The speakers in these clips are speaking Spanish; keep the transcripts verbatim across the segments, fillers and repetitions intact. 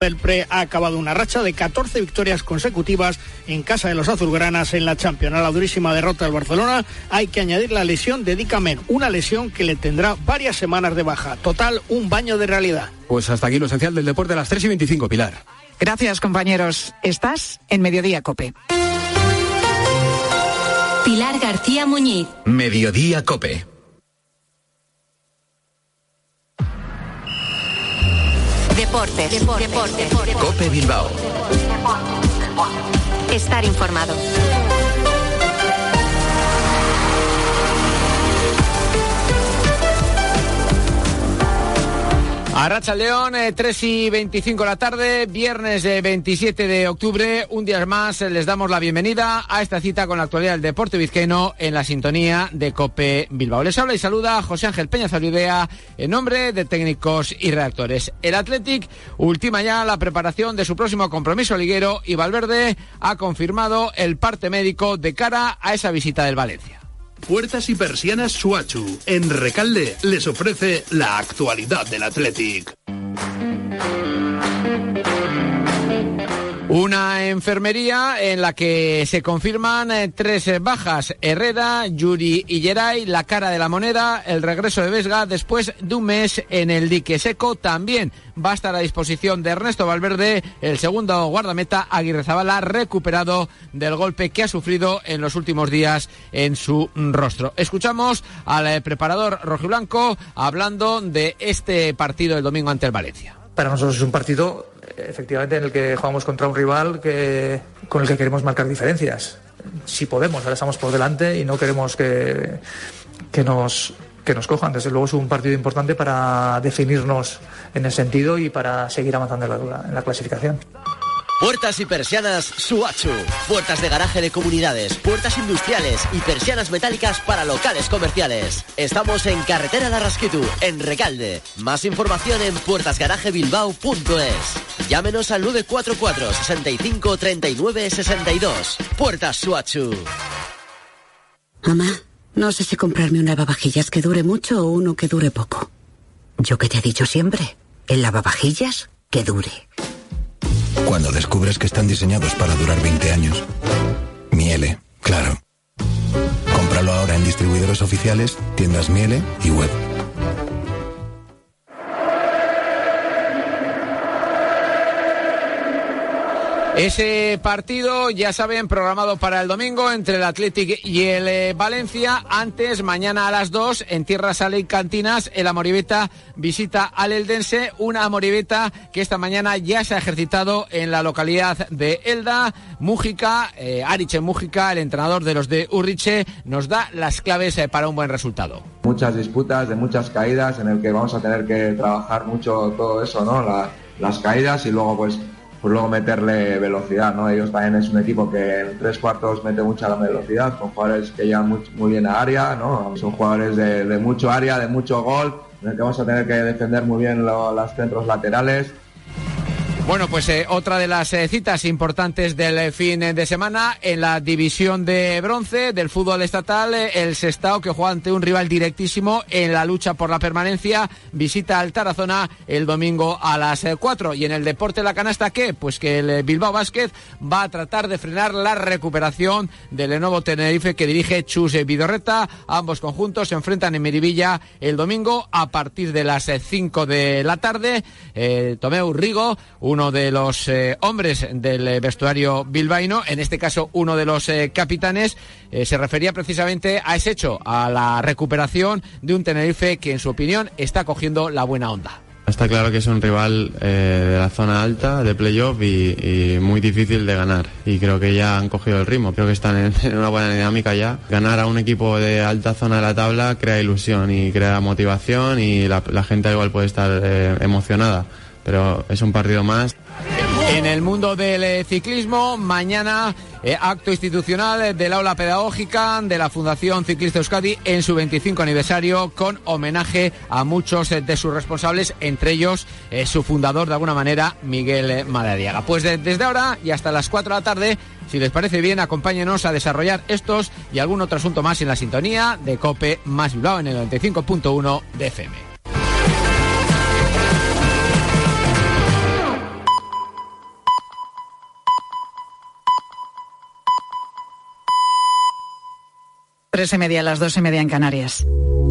El Pre ha acabado una racha de catorce victorias consecutivas en casa de los azulgranas en la Champions. A la durísima derrota del Barcelona hay que añadir la lesión de Dick Amen, una lesión que le tendrá varias semanas de baja. Total, un baño de realidad. Pues hasta aquí lo esencial del deporte a las tres y veinticinco, Pilar. Gracias, compañeros. Estás en Mediodía COPE. Pilar García Muñiz. Mediodía COPE. Deportes, deportes, deportes, deportes. COPE Bilbao. Estar informado. Arratsaldeon, eh, tres y veinticinco de la tarde, viernes eh, veintisiete de octubre, un día más eh, les damos la bienvenida a esta cita con la actualidad del deporte vizcaíno en la sintonía de COPE Bilbao. Les habla y saluda José Ángel Peña Zaludea en nombre de técnicos y redactores. El Athletic ultima ya la preparación de su próximo compromiso liguero y Valverde ha confirmado el parte médico de cara a esa visita del Valencia. Puertas y persianas Suachu, en Recalde, les ofrece la actualidad del Athletic. Una enfermería en la que se confirman eh, tres eh, bajas: Herrera, Yuri y Geray, la cara de la moneda, el regreso de Vesga después de un mes en el dique seco. También va a estar a disposición de Ernesto Valverde, el segundo guardameta Aguirrezabala, recuperado del golpe que ha sufrido en los últimos días en su rostro. Escuchamos al eh, preparador rojiblanco hablando de este partido el domingo ante el Valencia. Para nosotros es un partido, efectivamente, en el que jugamos contra un rival que, con el que queremos marcar diferencias. Si podemos, ahora estamos por delante y no queremos que, que, nos, que nos cojan. Desde luego es un partido importante para definirnos en ese sentido y para seguir avanzando en la, en la clasificación. Puertas y persianas Suachu. Puertas de garaje de comunidades, puertas industriales y persianas metálicas para locales comerciales. Estamos en Carretera de Arrasquitu, en Recalde. Más información en puertas garaje bilbao punto es. Llámenos al nueve cuatro cuatro, sesenta y cinco, treinta y nueve, sesenta y dos. Puertas Suachu. Mamá, no sé si comprarme un lavavajillas que dure mucho o uno que dure poco. ¿Yo qué te he dicho siempre? El lavavajillas que dure. Cuando descubres que están diseñados para durar veinte años. Miele, claro. Cómpralo ahora en distribuidores oficiales, tiendas Miele y web. Ese partido, ya saben, programado para el domingo entre el Athletic y el eh, Valencia. Antes, mañana a las dos, en tierras alicantinas, el Amorebieta visita al Eldense. Una Amorebieta que esta mañana ya se ha ejercitado en la localidad de Elda. Mújica, eh, Ariche Mújica, el entrenador de los de Urriche, nos da las claves eh, para un buen resultado. Muchas disputas, de muchas caídas, en el que vamos a tener que trabajar mucho todo eso, ¿no? La, las caídas y luego, pues, pues luego meterle velocidad, ¿no? Ellos también es un equipo que en tres cuartos mete mucha velocidad, con jugadores que llegan muy, muy bien a área, ¿no? Son jugadores de, de mucho área, de mucho gol, en el que vamos a tener que defender muy bien lo, los centros laterales. Bueno, pues eh, otra de las eh, citas importantes del eh, fin de semana en la división de bronce del fútbol estatal, eh, el Sestao, que juega ante un rival directísimo en la lucha por la permanencia, visita al Tarazona el domingo a las eh, cuatro. Y en el deporte de la canasta, ¿qué? Pues que el eh, Bilbao Basket va a tratar de frenar la recuperación del Lenovo Tenerife que dirige Chus Vidorreta. Ambos conjuntos se enfrentan en Miribilla el domingo a partir de las eh, cinco de la tarde. Eh, Tomeu Rigo, uno de los eh, hombres del eh, vestuario bilbaíno, en este caso uno de los eh, capitanes, eh, se refería precisamente a ese hecho, a la recuperación de un Tenerife que en su opinión está cogiendo la buena onda. Está claro que es un rival eh, de la zona alta, de playoff y, y muy difícil de ganar. Y creo que ya han cogido el ritmo, creo que están en, en una buena dinámica ya. Ganar a un equipo de alta zona de la tabla crea ilusión y crea motivación y la, la gente igual puede estar eh, emocionada. Pero es un partido más. En el mundo del eh, ciclismo, mañana eh, acto institucional del aula pedagógica de la Fundación Ciclista Euskadi en su veinticinco aniversario, con homenaje a muchos eh, de sus responsables, entre ellos eh, su fundador, de alguna manera, Miguel eh, Madariaga. Pues de, desde ahora y hasta las cuatro de la tarde, si les parece bien, acompáñenos a desarrollar estos y algún otro asunto más en la sintonía de COPE más Bilbao en el noventa y cinco punto uno de F M. Tres y media, las dos y media en Canarias.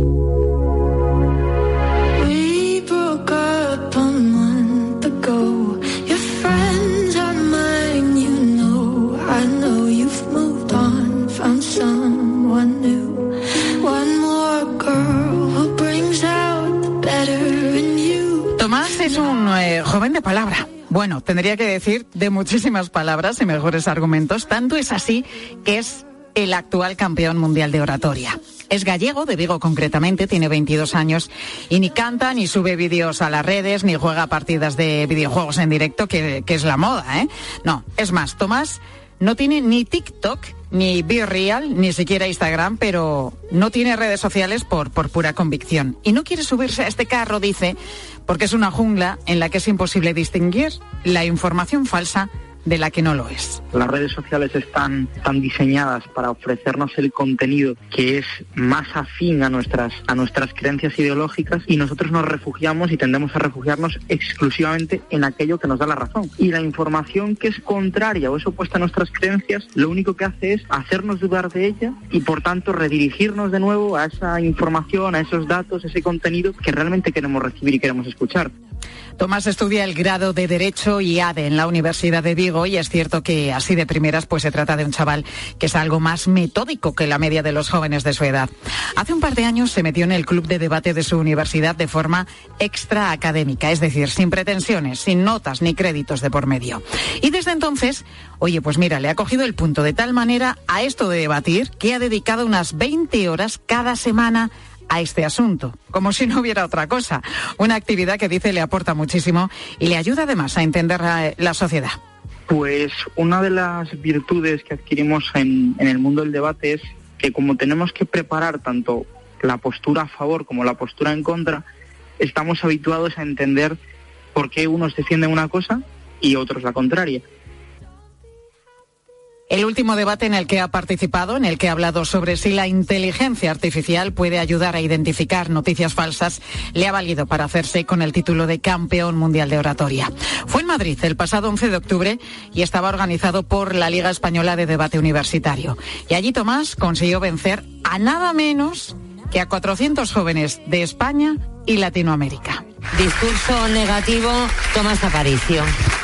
Tomás es un eh, joven de palabra. Bueno, tendría que decir de muchísimas palabras y mejores argumentos. Tanto es así que es el actual campeón mundial de oratoria. Es gallego, de Vigo concretamente, tiene veintidós años y ni canta, ni sube vídeos a las redes, ni juega partidas de videojuegos en directo, que, que es la moda, ¿eh? No, es más, Tomás no tiene ni TikTok, ni Be Real, ni siquiera Instagram, pero no tiene redes sociales por, por pura convicción. Y no quiere subirse a este carro, dice, porque es una jungla en la que es imposible distinguir la información falsa de la que no lo es. Las redes sociales están tan diseñadas para ofrecernos el contenido que es más afín a nuestras, a nuestras creencias ideológicas, y nosotros nos refugiamos y tendemos a refugiarnos exclusivamente en aquello que nos da la razón. Y la información que es contraria o es opuesta a nuestras creencias, lo único que hace es hacernos dudar de ella y por tanto redirigirnos de nuevo a esa información, a esos datos, ese contenido que realmente queremos recibir y queremos escuchar. Tomás estudia el grado de Derecho y A D E en la Universidad de Vigo, y es cierto que así de primeras pues se trata de un chaval que es algo más metódico que la media de los jóvenes de su edad. Hace un par de años se metió en el club de debate de su universidad de forma extraacadémica, es decir, sin pretensiones, sin notas ni créditos de por medio. Y desde entonces, oye, pues mira, le ha cogido el punto de tal manera a esto de debatir que ha dedicado unas veinte horas cada semana a este asunto, como si no hubiera otra cosa. Una actividad que dice le aporta muchísimo y le ayuda además a entender la, la sociedad. Pues una de las virtudes que adquirimos en, en el mundo del debate es que como tenemos que preparar tanto la postura a favor como la postura en contra, estamos habituados a entender por qué unos defienden una cosa y otros la contraria. El último debate en el que ha participado, en el que ha hablado sobre si la inteligencia artificial puede ayudar a identificar noticias falsas, le ha valido para hacerse con el título de campeón mundial de oratoria. Fue en Madrid el pasado once de octubre y estaba organizado por la Liga Española de Debate Universitario. Y allí Tomás consiguió vencer a nada menos que a cuatrocientos jóvenes de España y Latinoamérica. Discurso negativo, Tomás Aparicio.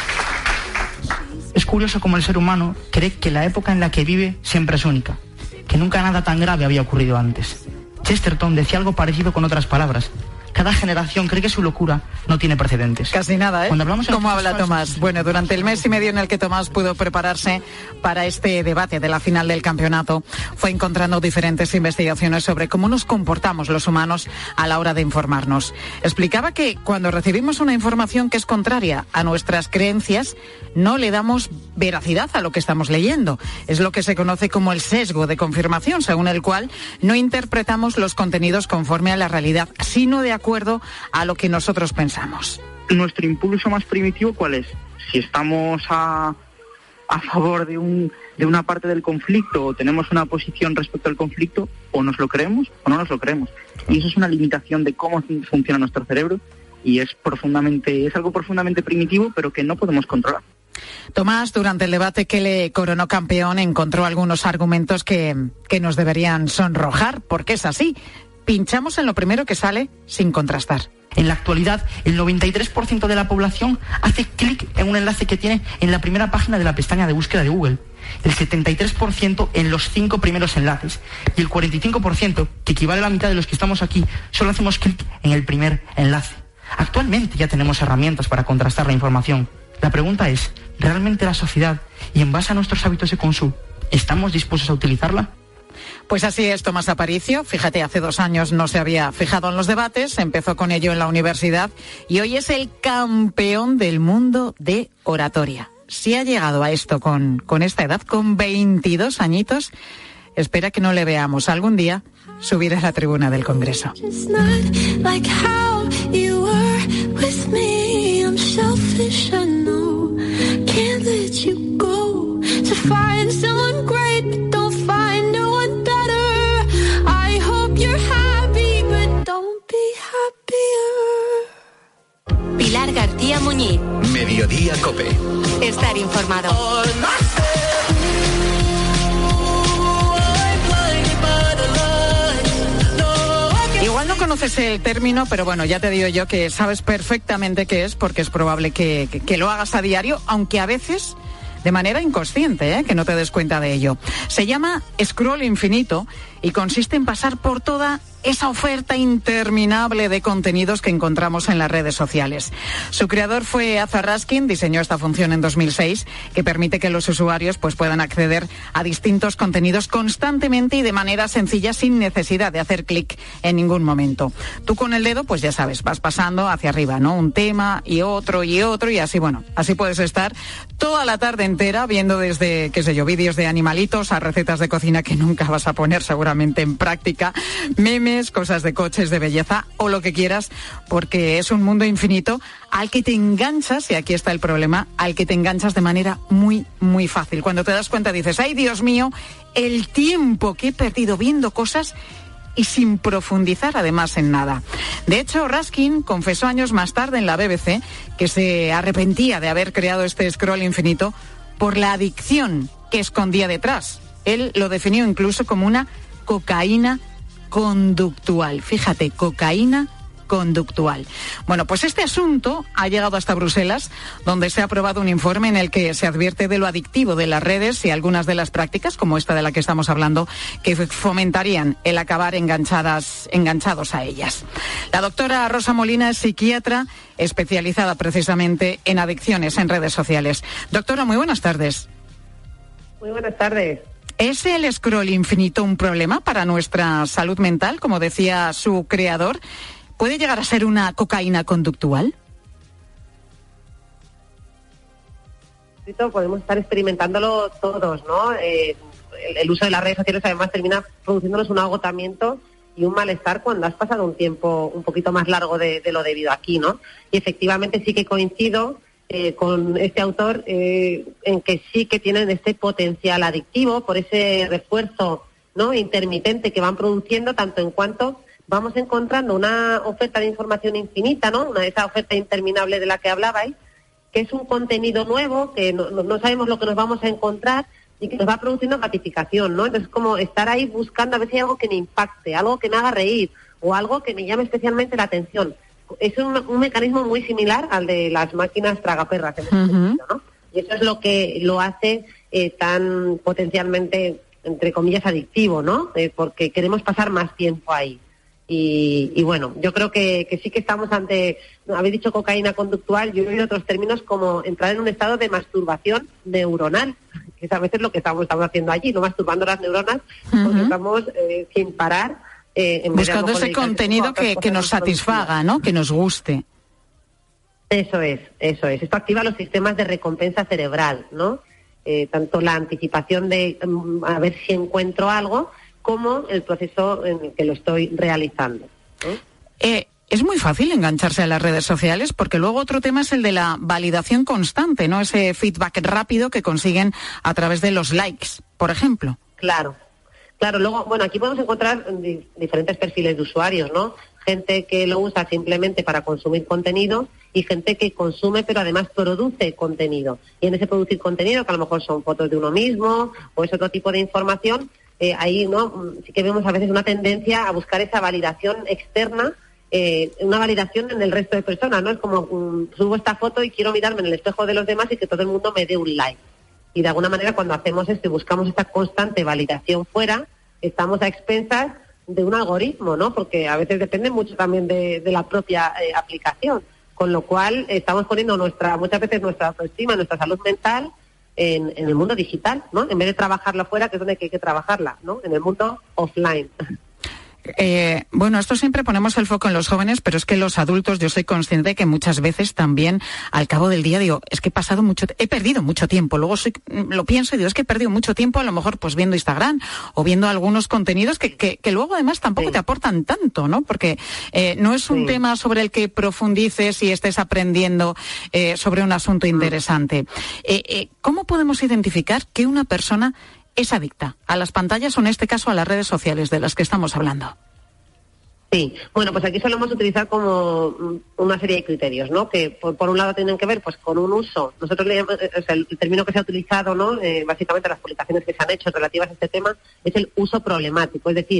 Es curioso cómo el ser humano cree que la época en la que vive siempre es única, que nunca nada tan grave había ocurrido antes. Chesterton decía algo parecido con otras palabras. Cada generación cree que su locura no tiene precedentes. Casi nada, ¿eh? Cuando hablamos ¿Cómo habla Tomás? Bueno, durante el mes y medio en el que Tomás pudo prepararse para este debate de la final del campeonato, fue encontrando diferentes investigaciones sobre cómo nos comportamos los humanos a la hora de informarnos. Explicaba que cuando recibimos una información que es contraria a nuestras creencias, no le damos veracidad a lo que estamos leyendo. Es lo que se conoce como el sesgo de confirmación, según el cual no interpretamos los contenidos conforme a la realidad, sino de acuerdo acuerdo a lo que nosotros pensamos. Nuestro impulso más primitivo, ¿cuál es? Si estamos a, a favor de, un, de una parte del conflicto o tenemos una posición respecto al conflicto, o nos lo creemos o no nos lo creemos. Y eso es una limitación de cómo funciona nuestro cerebro y es profundamente, es algo profundamente primitivo, pero que no podemos controlar. Tomás, durante el debate que le coronó campeón, encontró algunos argumentos que, que nos deberían sonrojar, porque es así. Pinchamos en lo primero que sale sin contrastar. En la actualidad, el noventa y tres por ciento de la población hace clic en un enlace que tiene en la primera página de la pestaña de búsqueda de Google, el setenta y tres por ciento en los cinco primeros enlaces y el cuarenta y cinco por ciento, que equivale a la mitad de los que estamos aquí, solo hacemos clic en el primer enlace. Actualmente ya tenemos herramientas para contrastar la información. La pregunta es, ¿realmente la sociedad, y en base a nuestros hábitos de consumo, estamos dispuestos a utilizarla? Pues así es Tomás Aparicio. Fíjate, hace dos años no se había fijado en los debates, empezó con ello en la universidad y hoy es el campeón del mundo de oratoria. Si ha llegado a esto con, con esta edad, con veintidós añitos, espera que no le veamos algún día subir a la tribuna del Congreso. Pilar García Muñiz. Mediodía COPE. Estar informado. conoces el término, pero bueno, ya te digo yo que sabes perfectamente qué es, porque es probable que, que, que lo hagas a diario, aunque a veces de manera inconsciente, ¿eh? Que no te des cuenta de ello. Se llama scroll infinito y consiste en pasar por toda esa oferta interminable de contenidos que encontramos en las redes sociales. Su creador fue Azar Raskin, diseñó esta función en dos mil seis, que permite que los usuarios pues, puedan acceder a distintos contenidos constantemente y de manera sencilla, sin necesidad de hacer clic en ningún momento. Tú con el dedo, pues ya sabes, vas pasando hacia arriba, ¿no? Un tema y otro y otro y así, bueno, así puedes estar toda la tarde entera viendo desde, qué sé yo, vídeos de animalitos a recetas de cocina que nunca vas a poner seguramente en práctica, memes, cosas de coches, de belleza o lo que quieras, porque es un mundo infinito al que te enganchas, y aquí está el problema, al que te enganchas de manera muy, muy fácil. Cuando te das cuenta dices, ay Dios mío, el tiempo que he perdido viendo cosas y sin profundizar además en nada. De hecho, Raskin confesó años más tarde en la B B C que se arrepentía de haber creado este scroll infinito por la adicción que escondía detrás. Él lo definió incluso como una cocaína conductual. Fíjate, cocaína conductual. Bueno, pues este asunto ha llegado hasta Bruselas, donde se ha aprobado un informe en el que se advierte de lo adictivo de las redes y algunas de las prácticas, como esta de la que estamos hablando, que fomentarían el acabar enganchadas, enganchados a ellas. La doctora Rosa Molina es psiquiatra especializada precisamente en adicciones en redes sociales. Doctora, muy buenas tardes. Muy buenas tardes. ¿Es el scroll infinito un problema para nuestra salud mental, como decía su creador? ¿Puede llegar a ser una cocaína conductual? Podemos estar experimentándolo todos, ¿no? Eh, el, el uso de las redes sociales además termina produciéndonos un agotamiento y un malestar cuando has pasado un tiempo un poquito más largo de, de lo debido aquí, ¿no? Y efectivamente sí que coincido Eh, con este autor eh, en que sí que tienen este potencial adictivo por ese refuerzo, ¿no?, intermitente que van produciendo, tanto en cuanto vamos encontrando una oferta de información infinita, ¿no?, una esa oferta interminable de la que hablabais, que es un contenido nuevo, que no, no, no sabemos lo que nos vamos a encontrar y que nos va produciendo gratificación, ¿no? Entonces, como estar ahí buscando a ver si hay algo que me impacte, algo que me haga reír o algo que me llame especialmente la atención. Es un, un mecanismo muy similar al de las máquinas tragaperras, en ese Uh-huh. sentido, ¿no? Y eso es lo que lo hace eh, tan potencialmente, entre comillas, adictivo, ¿no? Eh, porque queremos pasar más tiempo ahí. Y, y bueno, yo creo que, que sí que estamos ante, habéis dicho cocaína conductual, yo he oído otros términos como entrar en un estado de masturbación neuronal, que es a veces lo que estamos, estamos haciendo allí, no masturbando las neuronas, porque Uh-huh. estamos eh, sin parar. Eh, en Buscando ese contenido que, que nos satisfaga, ¿no? Que nos guste. Eso es, eso es. Esto activa los sistemas de recompensa cerebral, ¿no? Eh, tanto la anticipación de um, a ver si encuentro algo, como el proceso en el que lo estoy realizando, ¿no? Eh, es muy fácil engancharse a las redes sociales, porque luego otro tema es el de la validación constante, ¿no? Ese feedback rápido que consiguen a través de los likes, por ejemplo. Claro. Claro, luego, bueno, aquí podemos encontrar di- diferentes perfiles de usuarios, ¿no? Gente que lo usa simplemente para consumir contenido y gente que consume pero además produce contenido. Y en ese producir contenido, que a lo mejor son fotos de uno mismo o es otro tipo de información, eh, ahí, ¿no?, sí que vemos a veces una tendencia a buscar esa validación externa, eh, una validación en el resto de personas, ¿no? Es como, um, subo esta foto y quiero mirarme en el espejo de los demás y que todo el mundo me dé un like. Y de alguna manera cuando hacemos esto y buscamos esta constante validación fuera, estamos a expensas de un algoritmo, ¿no? Porque a veces depende mucho también de, de la propia eh, aplicación. Con lo cual estamos poniendo nuestra, muchas veces nuestra autoestima, nuestra salud mental en, en el mundo digital, ¿no? En vez de trabajarla fuera, que es donde hay que trabajarla, ¿no? En el mundo offline. Eh, bueno, esto siempre ponemos el foco en los jóvenes, pero es que los adultos, yo soy consciente de que muchas veces también al cabo del día digo, es que he pasado mucho, he perdido mucho tiempo, luego soy, lo pienso y digo, es que he perdido mucho tiempo a lo mejor pues viendo Instagram o viendo algunos contenidos que, que, que luego además tampoco sí. te aportan tanto, ¿no? Porque eh, no es un sí. tema sobre el que profundices y estés aprendiendo eh, sobre un asunto interesante. Eh, eh, ¿Cómo podemos identificar que una persona es adicta a las pantallas o en este caso a las redes sociales de las que estamos hablando? Sí, bueno, pues aquí solemos utilizar como una serie de criterios, ¿no? Que por, por un lado tienen que ver pues con un uso. Nosotros le llamamos, o sea, el término que se ha utilizado, ¿no? Eh, básicamente las publicaciones que se han hecho relativas a este tema es el uso problemático, es decir,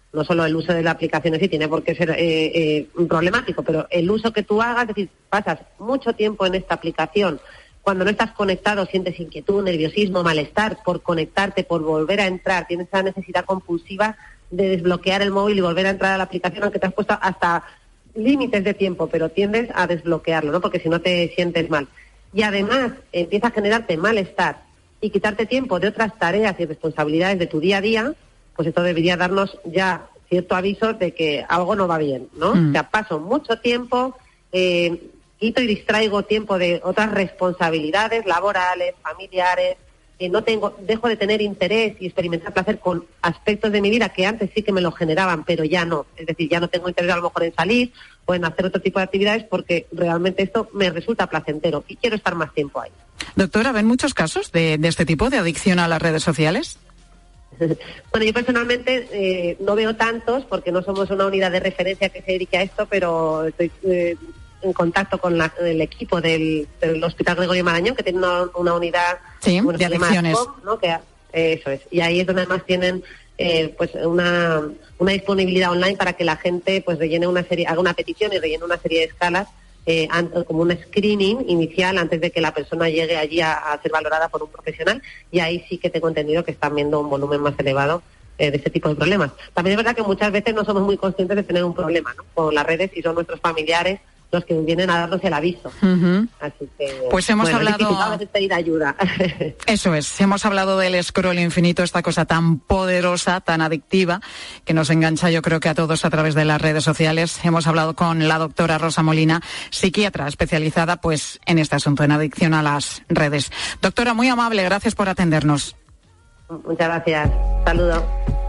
no solo el uso de la aplicación en sí tiene por qué ser eh, eh, problemático, pero el uso que tú hagas, es decir, pasas mucho tiempo en esta aplicación, cuando no estás conectado sientes inquietud, nerviosismo, malestar por conectarte, por volver a entrar, tienes esa necesidad compulsiva de desbloquear el móvil y volver a entrar a la aplicación, aunque te has puesto hasta límites de tiempo, pero tiendes a desbloquearlo, ¿no? Porque si no te sientes mal. Y además empieza a generarte malestar y quitarte tiempo de otras tareas y responsabilidades de tu día a día, pues esto debería darnos ya cierto aviso de que algo no va bien, ¿no? Mm. O sea, paso mucho tiempo, eh, quito y distraigo tiempo de otras responsabilidades laborales, familiares, eh, no tengo, dejo de tener interés y experimentar placer con aspectos de mi vida que antes sí que me lo generaban, pero ya no. Es decir, ya no tengo interés a lo mejor en salir o en hacer otro tipo de actividades porque realmente esto me resulta placentero y quiero estar más tiempo ahí. Doctora, ¿ven muchos casos de, de este tipo de adicción a las redes sociales? Bueno, yo personalmente eh, no veo tantos porque no somos una unidad de referencia que se dedique a esto, pero estoy eh, en contacto con la, el equipo del, del Hospital Gregorio Marañón, que tiene una, una unidad sí, bueno, de adicciones. Com, ¿no? que, eh, eso es. Y ahí es donde además tienen eh, pues una, una disponibilidad online para que la gente pues rellene una serie, haga una petición y rellene una serie de escalas eh, como un screening inicial antes de que la persona llegue allí a, a ser valorada por un profesional. Y ahí sí que tengo entendido que están viendo un volumen más elevado de este tipo de problemas. También es verdad que muchas veces no somos muy conscientes de tener un problema, ¿no? Con las redes, y son nuestros familiares los que vienen a darnos el aviso. Uh-huh. Así que, pues hemos bueno, hablado... a veces pedir ayuda. Eso es, hemos hablado del scroll infinito, esta cosa tan poderosa, tan adictiva, que nos engancha yo creo que a todos a través de las redes sociales. Hemos hablado con la doctora Rosa Molina, psiquiatra especializada pues en este asunto, en adicción a las redes. Doctora, muy amable, gracias por atendernos. Muchas gracias, saludos.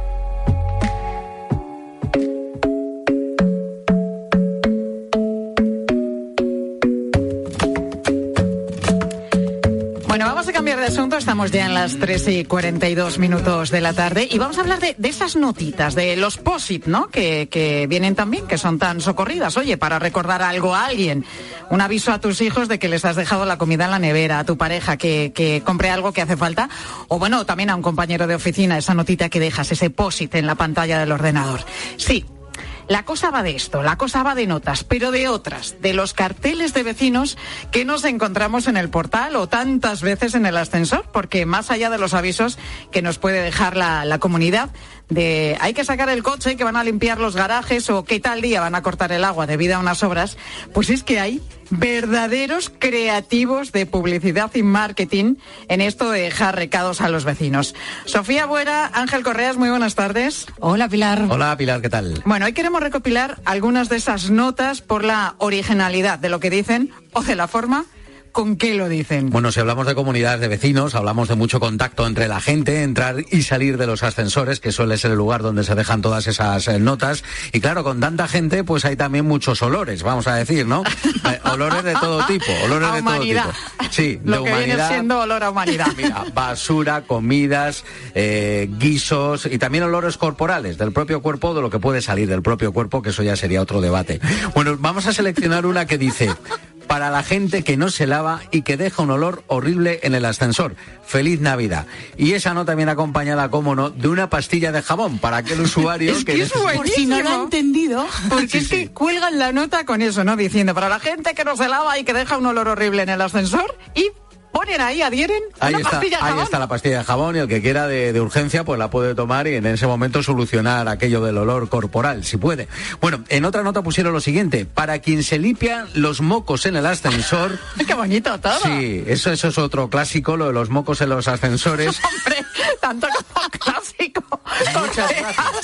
Bueno, vamos a cambiar de asunto, estamos ya en las tres y cuarenta y dos minutos de la tarde y vamos a hablar de, de esas notitas, de los post-it, ¿no? Que, que vienen también, que son tan socorridas, oye, para recordar algo a alguien, un aviso a tus hijos de que les has dejado la comida en la nevera, a tu pareja que, que compre algo que hace falta, o bueno, también a un compañero de oficina, esa notita que dejas, ese post-it en la pantalla del ordenador. Sí. La cosa va de esto, la cosa va de notas, pero de otras, de los carteles de vecinos que nos encontramos en el portal o tantas veces en el ascensor, porque más allá de los avisos que nos puede dejar la, la comunidad de hay que sacar el coche, que van a limpiar los garajes o que tal día van a cortar el agua debido a unas obras, pues es que hay verdaderos creativos de publicidad y marketing en esto de dejar recados a los vecinos. Sofía Buera, Ángel Correas, muy buenas tardes. Hola, Pilar. Hola, Pilar, ¿qué tal? Bueno, hoy queremos recopilar algunas de esas notas por la originalidad de lo que dicen o de la forma ¿con qué lo dicen? Bueno, si hablamos de comunidades de vecinos, hablamos de mucho contacto entre la gente, entrar y salir de los ascensores, que suele ser el lugar donde se dejan todas esas eh, notas. Y claro, con tanta gente, pues hay también muchos olores, vamos a decir, ¿no? Eh, olores de todo tipo, olores a de humanidad. todo tipo. Sí, lo de que humanidad. Viene siendo olor a humanidad. Mira, basura, comidas, eh, guisos y también olores corporales del propio cuerpo, de lo que puede salir del propio cuerpo, que eso ya sería otro debate. Bueno, vamos a seleccionar una que dice: para la gente que no se lava y que deja un olor horrible en el ascensor. ¡Feliz Navidad! Y esa nota viene acompañada, cómo no, de una pastilla de jabón para aquel usuario es que, que es buenísimo. Por si no lo ha entendido. Porque sí, es que sí. cuelgan la nota con eso, ¿no? Diciendo, para la gente que no se lava y que deja un olor horrible en el ascensor, y ponen ahí, adhieren Ahí una está, pastilla de ahí jabón. está la pastilla de jabón, y el que quiera de, de urgencia pues la puede tomar y en ese momento solucionar aquello del olor corporal, si puede. Bueno, en otra nota pusieron lo siguiente: para quien se limpia los mocos en el ascensor. ¡Qué bonito todo! Sí, eso, eso es otro clásico, lo de los mocos en los ascensores. Hombre, tanto como clásico. Muchas gracias.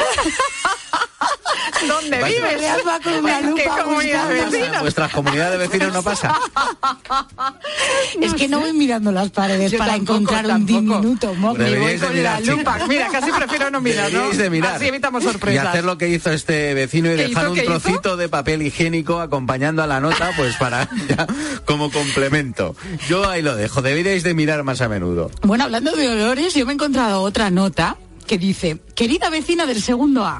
¿Dónde Vais- vives? Va con una ¿En qué lupa comunidad de buscando. vecinos? ¿En vuestras comunidades de vecinos no pasa? Es que no voy mirando las paredes Yo para tampoco, encontrar un tampoco. diminuto moco. Ni voy Deberíais de con mirar, la lupa. chicas. Mira, casi prefiero no mirar, ¿no? Deberíais de mirar. Así evitamos Y sorpresas. hacer lo que hizo este vecino y ¿Qué dejar hizo? un ¿Qué hizo? trocito de papel higiénico acompañando a la nota, pues para ya, como complemento. Yo ahí lo dejo, deberíais de mirar más a menudo. Bueno, hablando de olores, yo me he encontrado otra nota que dice: querida vecina del segundo A,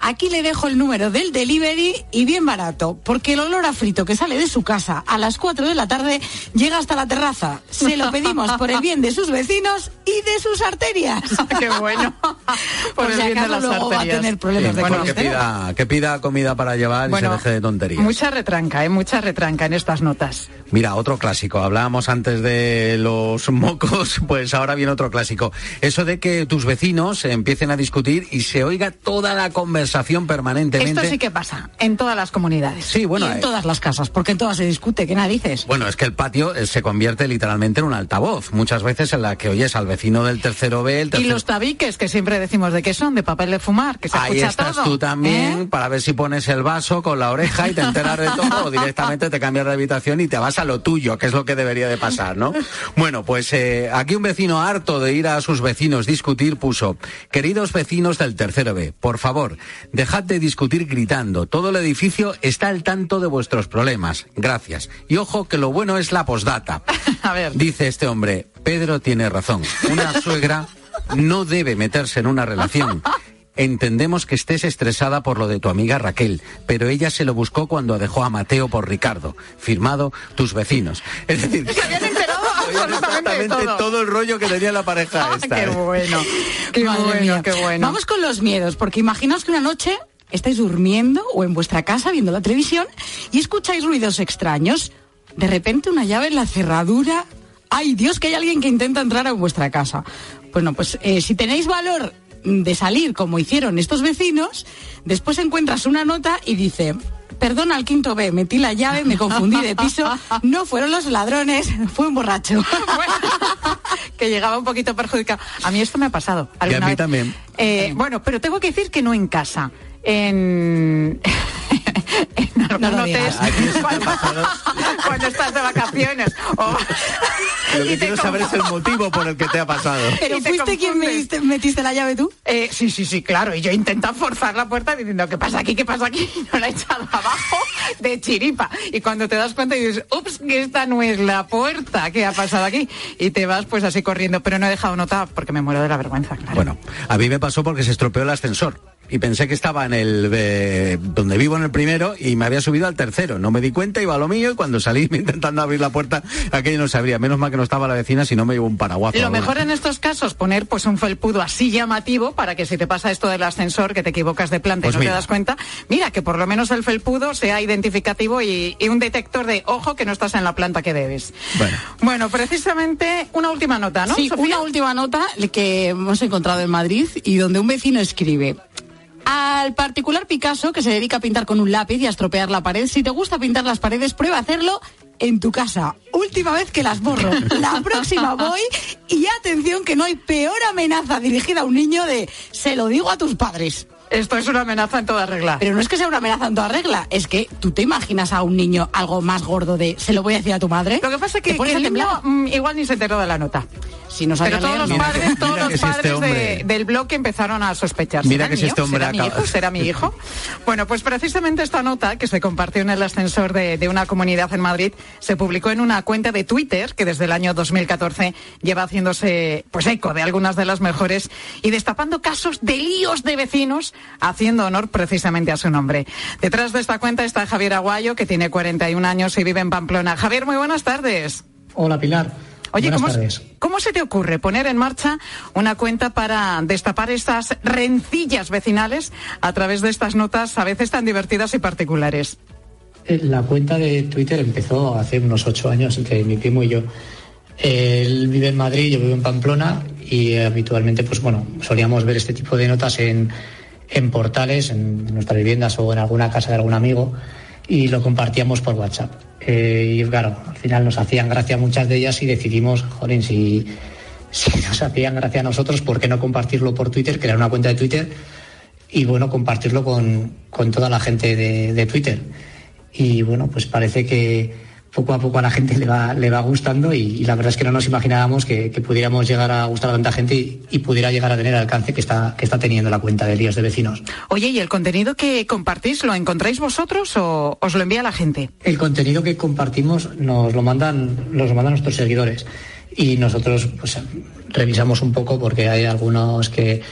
aquí le dejo el número del delivery y bien barato, porque el olor a frito que sale de su casa a las cuatro de la tarde llega hasta la terraza. Se lo pedimos por el bien de sus vecinos y de sus arterias. ¡Qué bueno! Por, por el si bien de acaso las luego arterias. va a tener problemas Sí, de bueno, que colesterol. pida, que pida comida para llevar Bueno, y se deje de tonterías. Mucha retranca, ¿eh? Mucha retranca en estas notas. Mira, otro clásico. Hablábamos antes de los mocos, pues ahora viene otro clásico. Eso de que tus vecinos empiecen a discutir y se oiga toda la conversación permanentemente. Esto sí que pasa en todas las comunidades. Sí, bueno, y en eh, todas las casas, porque en todas se discute, ¿qué narices? Bueno, es que el patio eh, se convierte literalmente en un altavoz. Muchas veces en la que oyes al vecino del tercero B, el Y tercero... los tabiques, que siempre decimos de qué son, de papel de fumar, que se Ahí escucha estás todo. tú también, ¿eh? para ver si pones el vaso con la oreja y te enteras de todo, o directamente te cambias de habitación y te vas a lo tuyo, que es lo que debería de pasar, ¿no? Bueno, pues eh, aquí un vecino harto de ir a sus vecinos discutir puso: queridos vecinos del tercero B, por favor, dejad de discutir gritando. Todo el edificio está al tanto de vuestros problemas. Gracias. Y ojo que lo bueno es la postdata. A ver. Dice este hombre: Pedro tiene razón. Una suegra no debe meterse en una relación. Entendemos que estés estresada por lo de tu amiga Raquel, pero ella se lo buscó cuando dejó a Mateo por Ricardo. Firmado, tus vecinos. Es decir, Se habían enterado absolutamente de exactamente todo. todo el rollo que tenía la pareja Ah, esta. qué ¿eh? bueno, qué Madre bueno, mía. qué bueno. Vamos con los miedos, porque imaginaos que una noche estáis durmiendo o en vuestra casa viendo la televisión y escucháis ruidos extraños. De repente una llave en la cerradura. ¡Ay, Dios, que hay alguien que intenta entrar a vuestra casa! Bueno, pues eh, si tenéis valor de salir como hicieron estos vecinos, después encuentras una nota y dice: perdona al quinto B, metí la llave, me confundí de piso, no fueron los ladrones, fue un borracho. Que llegaba un poquito perjudicado. A mí esto me ha pasado Y a alguna mí vez. también. Eh, bueno, pero tengo que decir que no en casa. En... en algún No lo hotel, digas. Aquí eso te ha cuando, pasado. cuando estás de vacaciones. O... Lo y que te quiero saber es el motivo por el que te ha pasado. ¿Pero Y te fuiste quien me confundes. diste- metiste la llave tú? Eh, sí, sí, sí, claro. Y yo intento forzar la puerta diciendo: ¿qué pasa aquí? ¿Qué pasa aquí? Y no la he echado abajo de chiripa. Y cuando te das cuenta y dices: ups, que esta no es la puerta. ¿Qué ha pasado aquí? Y te vas pues así corriendo. Pero no he dejado nota porque me muero de la vergüenza, claro. Bueno, a mí me pasó porque se estropeó el ascensor. Y pensé que estaba en el eh, donde vivo en el primero y me había subido al tercero. No me di cuenta, iba a lo mío y cuando salí intentando abrir la puerta, aquello no se abría. Menos mal que no estaba la vecina, si no me llevó un paraguazo. Lo alguna. mejor en estos casos, poner pues un felpudo así llamativo para que si te pasa esto del ascensor, que te equivocas de planta Pues y no mira. te das cuenta, mira, que por lo menos el felpudo sea identificativo y, y un detector de ojo que no estás en la planta que debes. Bueno. Bueno, precisamente una última nota, ¿no? Sí, Sofía? una última nota que hemos encontrado en Madrid y donde un vecino escribe: al particular Picasso que se dedica a pintar con un lápiz y a estropear la pared, si te gusta pintar las paredes, prueba a hacerlo en tu casa. Última vez que las borro. La próxima voy y atención que no hay peor amenaza dirigida a un niño de se lo digo a tus padres. Esto es una amenaza en toda regla. Pero no es que sea una amenaza en toda regla, es que tú te imaginas a un niño algo más gordo de se lo voy a decir a tu madre. Lo que pasa es que, Te pones que el a temblar. niño mm, igual ni se enteró de la nota. Si no Pero sabía todos leer, los no. padres, Mira todos que los si este padres de- hombre- del bloque empezaron a sospechar. Mira ¿Será que si mío? este hombre ¿Será mi acaba- hijo? ¿Será mi hijo? Bueno, pues precisamente esta nota que se compartió en el ascensor de, de una comunidad en Madrid se publicó en una cuenta de Twitter que desde el año dos mil catorce lleva haciéndose pues eco de algunas de las mejores y destapando casos de líos de vecinos, haciendo honor precisamente a su nombre. Detrás de esta cuenta está Javier Aguayo, que tiene cuarenta y un años y vive en Pamplona. Javier, muy buenas tardes. Hola, Pilar. Oye, Buenas ¿cómo, tardes. ¿cómo se te ocurre poner en marcha una cuenta para destapar estas rencillas vecinales a través de estas notas a veces tan divertidas y particulares? Eh, La cuenta de Twitter empezó hace unos ocho años entre mi primo y yo. Él vive en Madrid, yo vivo en Pamplona y eh, habitualmente, pues bueno, solíamos ver este tipo de notas en, en portales, en nuestras viviendas o en alguna casa de algún amigo y lo compartíamos por WhatsApp. Eh, y claro, al final nos hacían gracia muchas de ellas y decidimos, joder, si, si nos hacían gracia a nosotros, ¿por qué no compartirlo por Twitter, crear una cuenta de Twitter y bueno, compartirlo con, con toda la gente de, de Twitter? Y bueno, pues parece que poco a poco a la gente le va, le va gustando y, y la verdad es que no nos imaginábamos que, que pudiéramos llegar a gustar a tanta gente y, y pudiera llegar a tener el alcance que está, que está teniendo la cuenta de Líos de Vecinos. Oye, ¿y el contenido que compartís lo encontráis vosotros o os lo envía la gente? El contenido que compartimos nos lo mandan, nos lo mandan nuestros seguidores y nosotros pues revisamos un poco porque hay algunos que,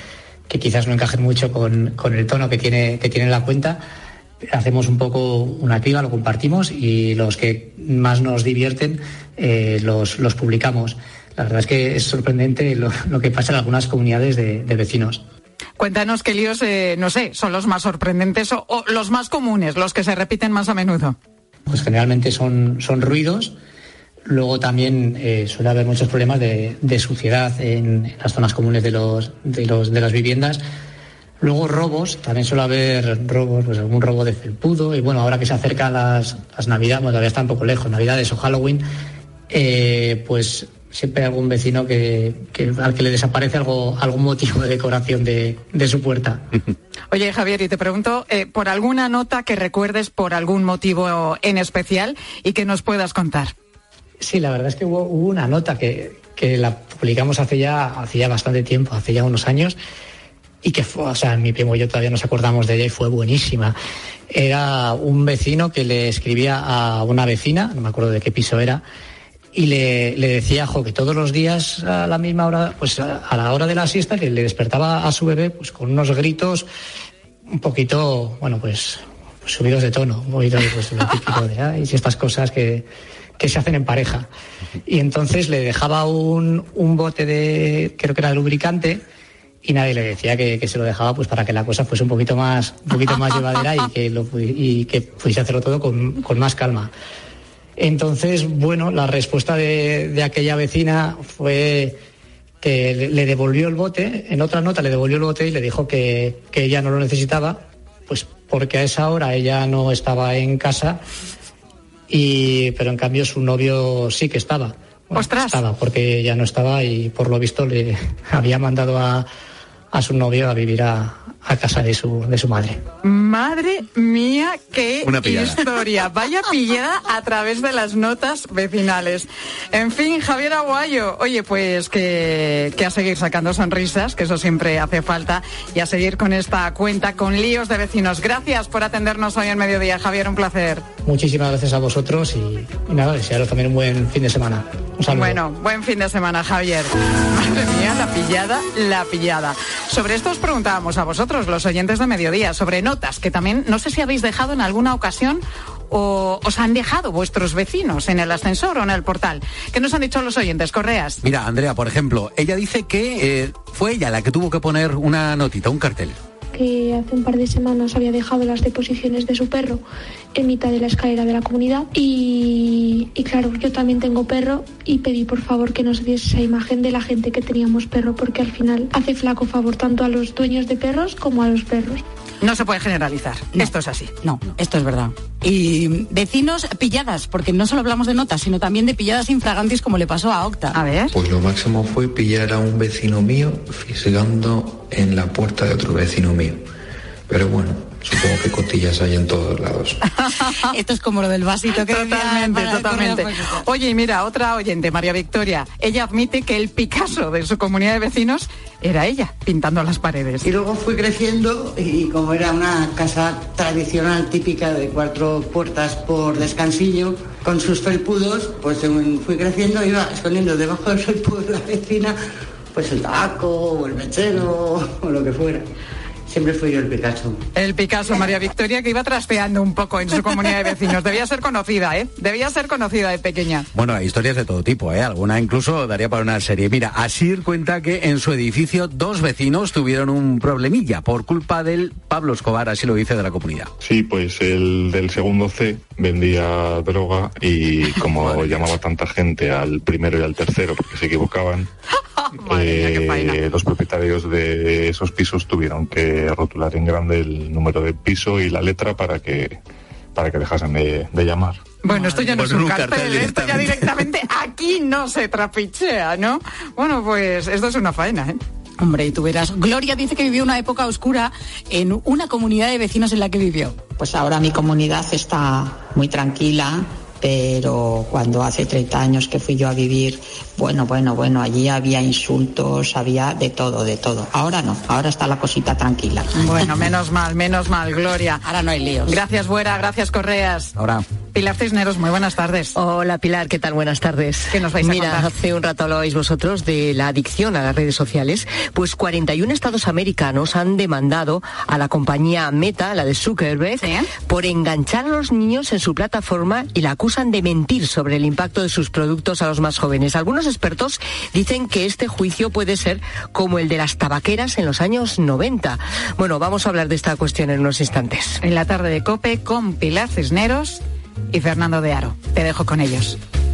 que quizás no encajen mucho con, con el tono que tiene, que tiene la cuenta. Hacemos un poco una criba, lo compartimos y los que más nos divierten eh, los, los publicamos. La verdad es que es sorprendente lo, lo que pasa en algunas comunidades de, de vecinos. Cuéntanos qué líos, eh, no sé, son los más sorprendentes o, o los más comunes, los que se repiten más a menudo. Pues generalmente son, son ruidos. Luego también eh, suele haber muchos problemas de, de suciedad en, en las zonas comunes de, los, de, los, de las viviendas. Luego robos, también suele haber robos, pues algún robo de felpudo. Y bueno, ahora que se acercan las, las Navidades, bueno, todavía está un poco lejos, Navidades o Halloween, eh, pues siempre hay algún vecino que, que al que le desaparece algo, algún motivo de decoración de, de su puerta. Oye, Javier, y te pregunto, eh, por alguna nota que recuerdes por algún motivo en especial y que nos puedas contar. Sí, la verdad es que hubo, hubo una nota que, que la publicamos hace ya, hace ya bastante tiempo, hace ya unos años, y que fue, o sea, mi primo y yo todavía nos acordamos de ella y fue buenísima. Era un vecino que le escribía a una vecina, no me acuerdo de qué piso era, y le, le decía, jo, que todos los días a la misma hora, pues a, a la hora de la siesta, que le despertaba a su bebé pues con unos gritos un poquito, bueno, pues, pues subidos de tono, un poquito pues, lo típico de, ay, y estas cosas que, que se hacen en pareja. Y entonces le dejaba un, un bote de, creo que era de lubricante, y nadie le decía que, que se lo dejaba pues para que la cosa fuese un poquito más, un poquito más llevadera y que, lo, y que pudiese hacerlo todo con, con más calma. Entonces, bueno, la respuesta de, de aquella vecina fue que le, le devolvió el bote, en otra nota le devolvió el bote y le dijo que, que ella no lo necesitaba, pues porque a esa hora ella no estaba en casa, y pero en cambio su novio sí que estaba. Bueno, ¡ostras! Estaba, porque ella no estaba y por lo visto le había mandado a, a su novio a vivir a, a casa de su, de su madre. Madre mía, qué Una pillada. historia. Vaya pillada a través de las notas vecinales. En fin, Javier Aguayo, oye, pues que, que a seguir sacando sonrisas, que eso siempre hace falta, y a seguir con esta cuenta con líos de vecinos. Gracias por atendernos hoy en Mediodía, Javier, un placer. Muchísimas gracias a vosotros y, y nada, desearos también un buen fin de semana. Un saludo. Bueno, buen fin de semana, Javier. Madre mía, la pillada, la pillada. Sobre esto os preguntábamos a vosotros, los oyentes de Mediodía, sobre notas que también, no sé si habéis dejado en alguna ocasión o os han dejado vuestros vecinos en el ascensor o en el portal. ¿Qué nos han dicho los oyentes, Correas? Mira, Andrea, por ejemplo, ella dice que eh, fue ella la que tuvo que poner una notita, un cartel. Que hace un par de semanas había dejado las deposiciones de su perro en mitad de la escalera de la comunidad y, y claro, yo también tengo perro y pedí por favor que nos diese esa imagen de la gente que teníamos perro, porque al final hace flaco favor tanto a los dueños de perros como a los perros. No se puede generalizar, no, esto es así. No, esto es verdad. Y vecinos pilladas, porque no solo hablamos de notas, sino también de pilladas infragantis como le pasó a Octa. A ver. Pues lo máximo fue pillar a un vecino mío fisgando en la puerta de otro vecino mío. Pero bueno, supongo que cotillas hay en todos lados. Esto es como lo del vasito que Totalmente, decía, totalmente. Oye, y mira, otra oyente, María Victoria, ella admite que el Picasso de su comunidad de vecinos era ella, pintando las paredes. Y luego fui creciendo y como era una casa tradicional típica de cuatro puertas por descansillo, con sus felpudos, pues según fui creciendo iba escondiendo debajo del felpudo de la vecina pues el tabaco o el mechero o lo que fuera. Siempre fui yo el Picasso. El Picasso, María Victoria, que iba trasteando un poco en su comunidad de vecinos. Debía ser conocida, ¿eh? Debía ser conocida de pequeña. Bueno, hay historias de todo tipo, ¿eh? Alguna incluso daría para una serie. Mira, Asir cuenta que en su edificio dos vecinos tuvieron un problemilla por culpa del Pablo Escobar, así lo dice, de la comunidad. Sí, pues el del segundo C vendía droga y como llamaba tanta gente al primero y al tercero porque se equivocaban, eh, los propietarios de esos pisos tuvieron que rotular en grande el número del piso y la letra para que para que dejasen de, de llamar. Bueno, esto ya no Pues es un un cartel, cartel esto ya directamente aquí no se trapichea, ¿no? Bueno, pues esto es una faena, ¿eh? Hombre, y tú verás. Gloria dice que vivió una época oscura en una comunidad de vecinos en la que vivió. Pues ahora mi comunidad está muy tranquila, pero cuando hace treinta años que fui yo a vivir, bueno, bueno, bueno, allí había insultos, había de todo, de todo. Ahora no, ahora está la cosita tranquila. Bueno, menos mal, menos mal, Gloria. Ahora no hay líos. Gracias, Buera, gracias, Correas. Ahora. Pilar Cisneros, muy buenas tardes. Hola Pilar, ¿qué tal? Buenas tardes. ¿Qué nos vais a Mira, contar? hace un rato hablabais vosotros de la adicción a las redes sociales. Pues cuarenta y uno estados americanos han demandado a la compañía Meta, la de Zuckerberg, ¿sí?, por enganchar a los niños en su plataforma y la acusan de mentir sobre el impacto de sus productos a los más jóvenes. Algunos expertos dicen que este juicio puede ser como el de las tabaqueras en los años noventa. Bueno, vamos a hablar de esta cuestión en unos instantes. En la tarde de COPE con Pilar Cisneros y Fernando de Aro. Te dejo con ellos.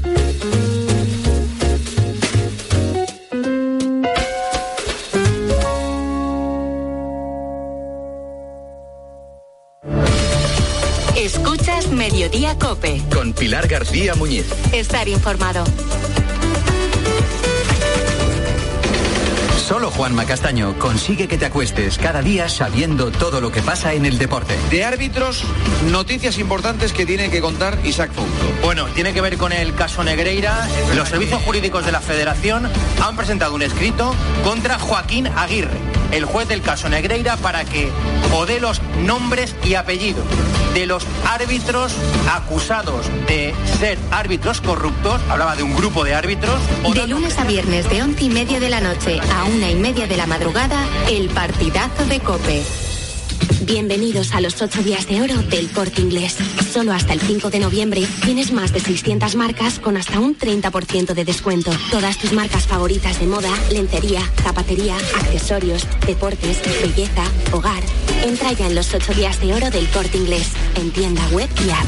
Escuchas Mediodía COPE. Con Pilar García Muñiz. Estar informado. Solo Juanma Castaño consigue que te acuestes cada día sabiendo todo lo que pasa en el deporte. De árbitros, noticias importantes que tiene que contar Isaac Fouto. Bueno, tiene que ver con el caso Negreira. Los servicios jurídicos de la Federación han presentado un escrito contra Joaquín Aguirre, el juez del caso Negreira, para que jode los nombres y apellidos de los árbitros acusados de ser árbitros corruptos. Hablaba de un grupo de árbitros. De lunes a viernes de once y media de la noche a una y media de la madrugada, el partidazo de COPE. Bienvenidos a los ocho días de oro del Corte Inglés. Solo hasta el cinco de noviembre tienes más de seiscientas marcas con hasta un treinta por ciento de descuento. Todas tus marcas favoritas de moda, lencería, zapatería, accesorios, deportes, belleza, hogar. Entra ya en los ocho días de oro del Corte Inglés, en tienda web y app.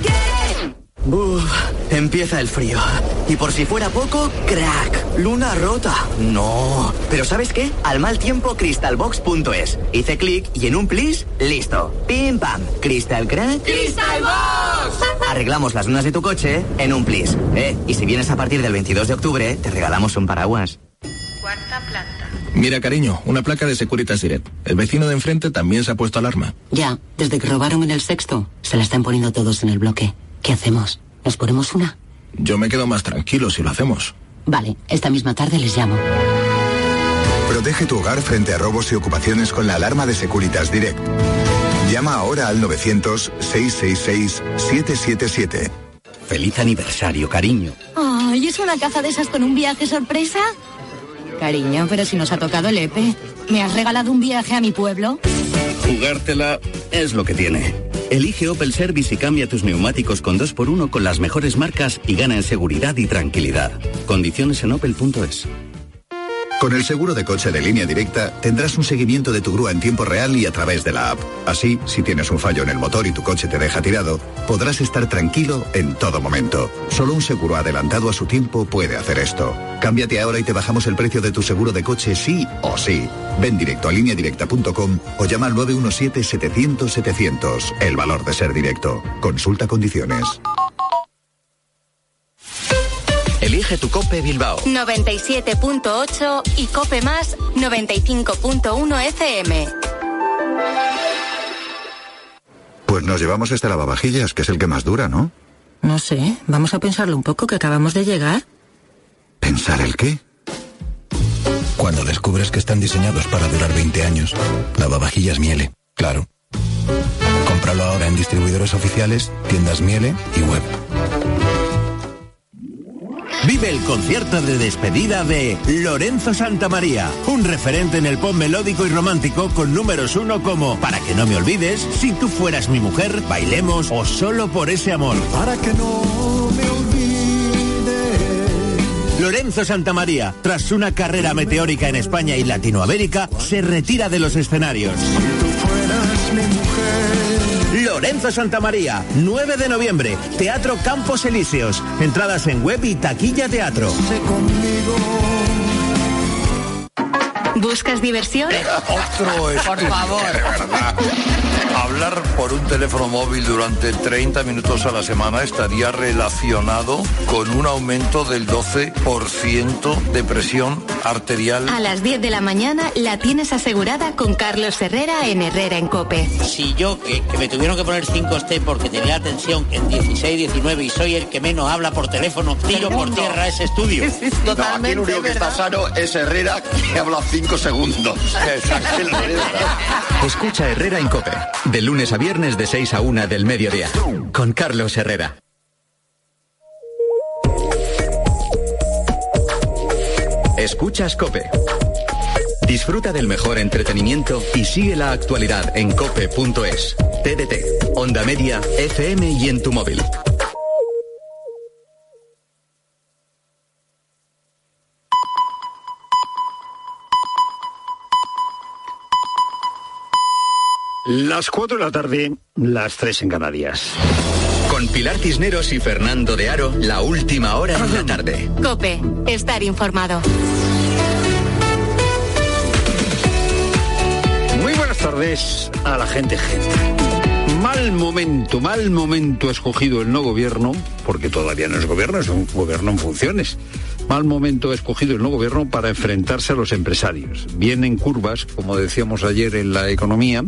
Uf, empieza el frío. Y por si fuera poco, crack, luna rota. No. Pero ¿sabes qué? Al mal tiempo, crystalbox punto es. Hice clic y en un plis, listo. Pim pam. Crystal crack. ¡Crystalbox! Arreglamos las lunas de tu coche en un plis. Eh, y si vienes a partir del veintidós de octubre, te regalamos un paraguas. Cuarta planta. Mira, cariño, una placa de Securitas Direct. El vecino de enfrente también se ha puesto alarma. Ya, desde que robaron en el sexto, se la están poniendo todos en el bloque. ¿Qué hacemos? ¿Nos ponemos una? Yo me quedo más tranquilo si lo hacemos. Vale, esta misma tarde les llamo. Protege tu hogar frente a robos y ocupaciones con la alarma de Securitas Direct. Llama ahora al novecientos, seiscientos sesenta y seis, setecientos setenta y siete. Feliz aniversario, cariño. Ay, ¿es una caja de esas con un viaje sorpresa? Cariño, pero si nos ha tocado el E P E. ¿Me has regalado un viaje a mi pueblo? Jugártela es lo que tiene. Elige Opel Service y cambia tus neumáticos con dos por uno con las mejores marcas y gana en seguridad y tranquilidad. Condiciones en opel punto es. Con el seguro de coche de Línea Directa tendrás un seguimiento de tu grúa en tiempo real y a través de la app. Así, si tienes un fallo en el motor y tu coche te deja tirado, podrás estar tranquilo en todo momento. Solo un seguro adelantado a su tiempo puede hacer esto. Cámbiate ahora y te bajamos el precio de tu seguro de coche sí o sí. Ven directo a línea directa punto com o llama al nueve uno siete, setecientos, setecientos. El valor de ser directo. Consulta condiciones. Elige tu COPE Bilbao. noventa y siete punto ocho y COPE Más noventa y cinco punto uno F M. Pues nos llevamos este lavavajillas, que es el que más dura, ¿no? No sé, vamos a pensarlo un poco, que acabamos de llegar. ¿Pensar el qué? Cuando descubres que están diseñados para durar veinte años, lavavajillas Miele, claro. Cómpralo ahora en distribuidores oficiales, tiendas Miele y web. Vive el concierto de despedida de Lorenzo Santamaría, un referente en el pop melódico y romántico con números uno como Para que no me olvides, Si tú fueras mi mujer, Bailemos o Solo por ese amor. Para que no me olvides. Lorenzo Santamaría, tras una carrera meteórica en España y Latinoamérica, se retira de los escenarios. Si tú fueras mi mujer. Lorenzo Santamaría, nueve de noviembre, Teatro Campos Elíseos. Entradas en web y taquilla teatro. ¿Buscas diversión? Otro es Por favor. de verdad. Hablar por un teléfono móvil durante treinta minutos a la semana estaría relacionado con un aumento del doce por ciento de presión arterial. A las diez de la mañana la tienes asegurada con Carlos Herrera en Herrera en COPE. Si yo, que, que me tuvieron que poner cinco stem porque tenía tensión en dieciséis, diecinueve y soy el que menos habla por teléfono, tiro por tierra ese estudio. Totalmente. No, aquí el único que está sano es Herrera, que habla cinco segundos. Escucha Herrera en COPE, de lunes a viernes de seis a una del mediodía, con Carlos Herrera. Escuchas COPE. Disfruta del mejor entretenimiento y sigue la actualidad en cope punto es. T D T, Onda Media, F M y en tu móvil. Las cuatro de la tarde, las tres en Canarias. Con Pilar Cisneros y Fernando de Aro, la última hora de la tarde. COPE, estar informado. Muy buenas tardes a la gente, gente. Mal momento, mal momento ha escogido el no gobierno, porque todavía no es gobierno, es un gobierno en funciones. Mal momento ha escogido el no gobierno para enfrentarse a los empresarios. Vienen curvas, como decíamos ayer en la economía,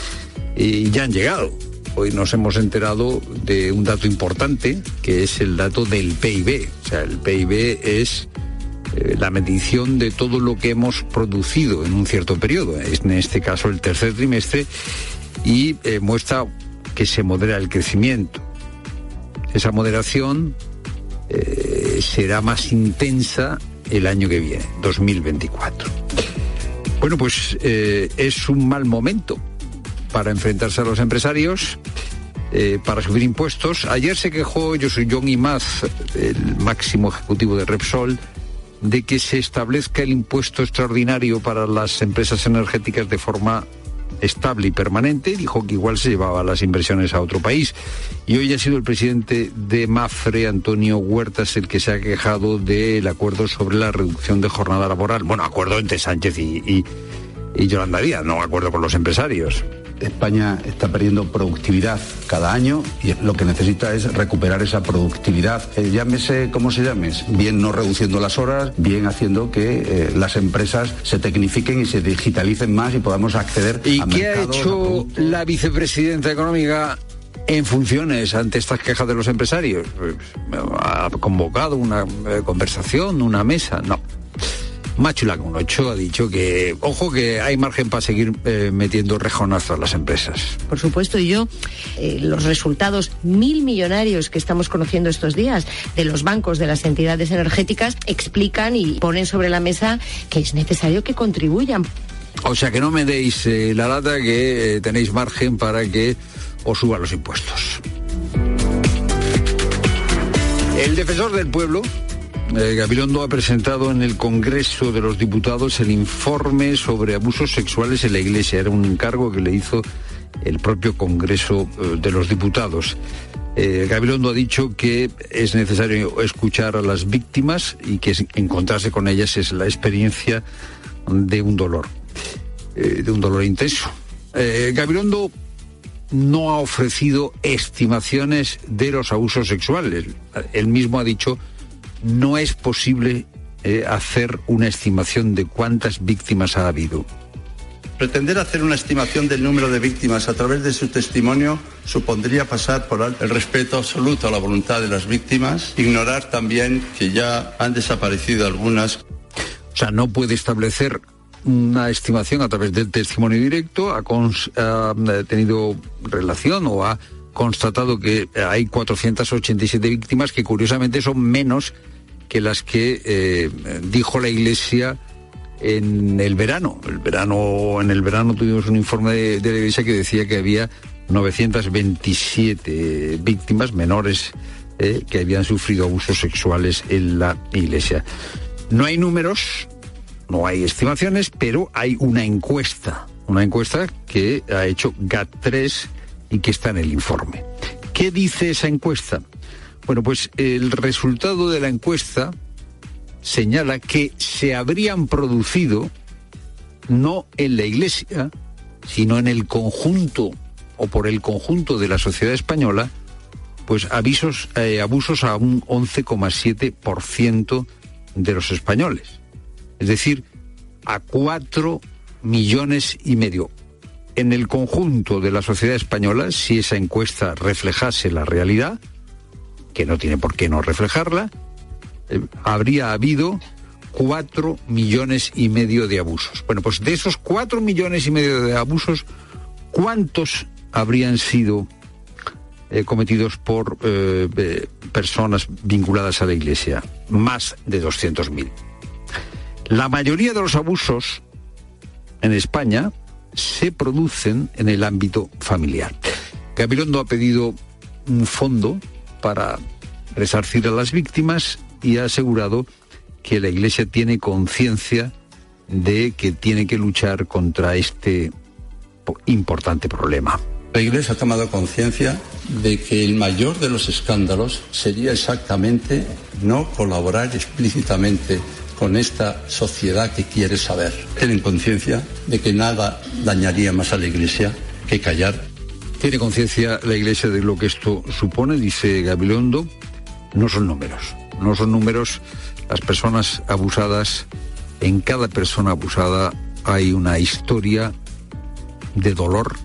y ya han llegado. Hoy nos hemos enterado de un dato importante, que es el dato del P I B. O sea, el P I B es eh, la medición de todo lo que hemos producido en un cierto periodo, en este caso el tercer trimestre, y eh, muestra que se modera el crecimiento. Esa moderación eh, será más intensa el año que viene, dos mil veinticuatro. Bueno, pues eh, es un mal momento para enfrentarse a los empresarios, eh, para subir impuestos. Ayer se quejó John Imaz, el máximo ejecutivo de Repsol, de que se establezca el impuesto extraordinario para las empresas energéticas de forma estable y permanente. Dijo que igual se llevaba las inversiones a otro país. Y hoy ha sido el presidente de Mafre, Antonio Huertas, el que se ha quejado del acuerdo sobre la reducción de jornada laboral. Bueno, acuerdo entre Sánchez y, y, y Yolanda Díaz, no acuerdo con los empresarios. España está perdiendo productividad cada año y lo que necesita es recuperar esa productividad. Eh, llámese como se llame, bien no reduciendo las horas, bien haciendo que eh, las empresas se tecnifiquen y se digitalicen más y podamos acceder ¿Y a qué mercados, ha hecho a la vicepresidenta económica en funciones ante estas quejas de los empresarios? Pues, ¿ha convocado una eh, conversación, una mesa? No. Machula con ocho ha dicho que, ojo, que hay margen para seguir eh, metiendo rejonazos a las empresas. Por supuesto, y yo, eh, los resultados mil millonarios que estamos conociendo estos días de los bancos, de las entidades energéticas, explican y ponen sobre la mesa que es necesario que contribuyan. O sea, que no me deis eh, la lata, que eh, tenéis margen para que os suban los impuestos. El defensor del pueblo, Eh, Gabilondo, ha presentado en el Congreso de los Diputados el informe sobre abusos sexuales en la Iglesia. Era un encargo que le hizo el propio Congreso eh, de los Diputados. Eh, Gabilondo ha dicho que es necesario escuchar a las víctimas y que encontrarse con ellas es la experiencia de un dolor, eh, de un dolor intenso. Eh, Gabilondo no ha ofrecido estimaciones de los abusos sexuales. Él mismo ha dicho: no es posible eh, hacer una estimación de cuántas víctimas ha habido. Pretender hacer una estimación del número de víctimas a través de su testimonio supondría pasar por alto el respeto absoluto a la voluntad de las víctimas, ignorar también que ya han desaparecido algunas. O sea, no puede establecer una estimación a través del testimonio directo, ha, cons- ha tenido relación o ha constatado que hay cuatrocientas ochenta y siete víctimas, que curiosamente son menos que las que eh, dijo la Iglesia en el verano. El verano. En el verano tuvimos un informe de, de la Iglesia que decía que había novecientas veintisiete víctimas menores eh, que habían sufrido abusos sexuales en la Iglesia. No hay números, no hay estimaciones, pero hay una encuesta, una encuesta que ha hecho GAT tres y que está en el informe. ¿Qué dice esa encuesta? Bueno, pues el resultado de la encuesta señala que se habrían producido, no en la Iglesia, sino en el conjunto o por el conjunto de la sociedad española, pues avisos, eh, abusos a un once coma siete por ciento de los españoles. Es decir, a cuatro millones y medio. En el conjunto de la sociedad española, si esa encuesta reflejase la realidad, que no tiene por qué no reflejarla, eh, habría habido cuatro millones y medio de abusos. Bueno, pues de esos cuatro millones y medio de abusos, ¿cuántos habrían sido eh, cometidos por eh, eh, personas vinculadas a la Iglesia? Más de doscientos mil. La mayoría de los abusos en España se producen en el ámbito familiar. Gabilondo ha pedido un fondo para resarcir a las víctimas y ha asegurado que la Iglesia tiene conciencia de que tiene que luchar contra este importante problema. La Iglesia ha tomado conciencia de que el mayor de los escándalos sería exactamente no colaborar explícitamente con esta sociedad que quiere saber. Tienen conciencia de que nada dañaría más a la Iglesia que callar. Tiene conciencia la Iglesia de lo que esto supone, dice Gabilondo. No son números, no son números. Las personas abusadas, en cada persona abusada hay una historia de dolor,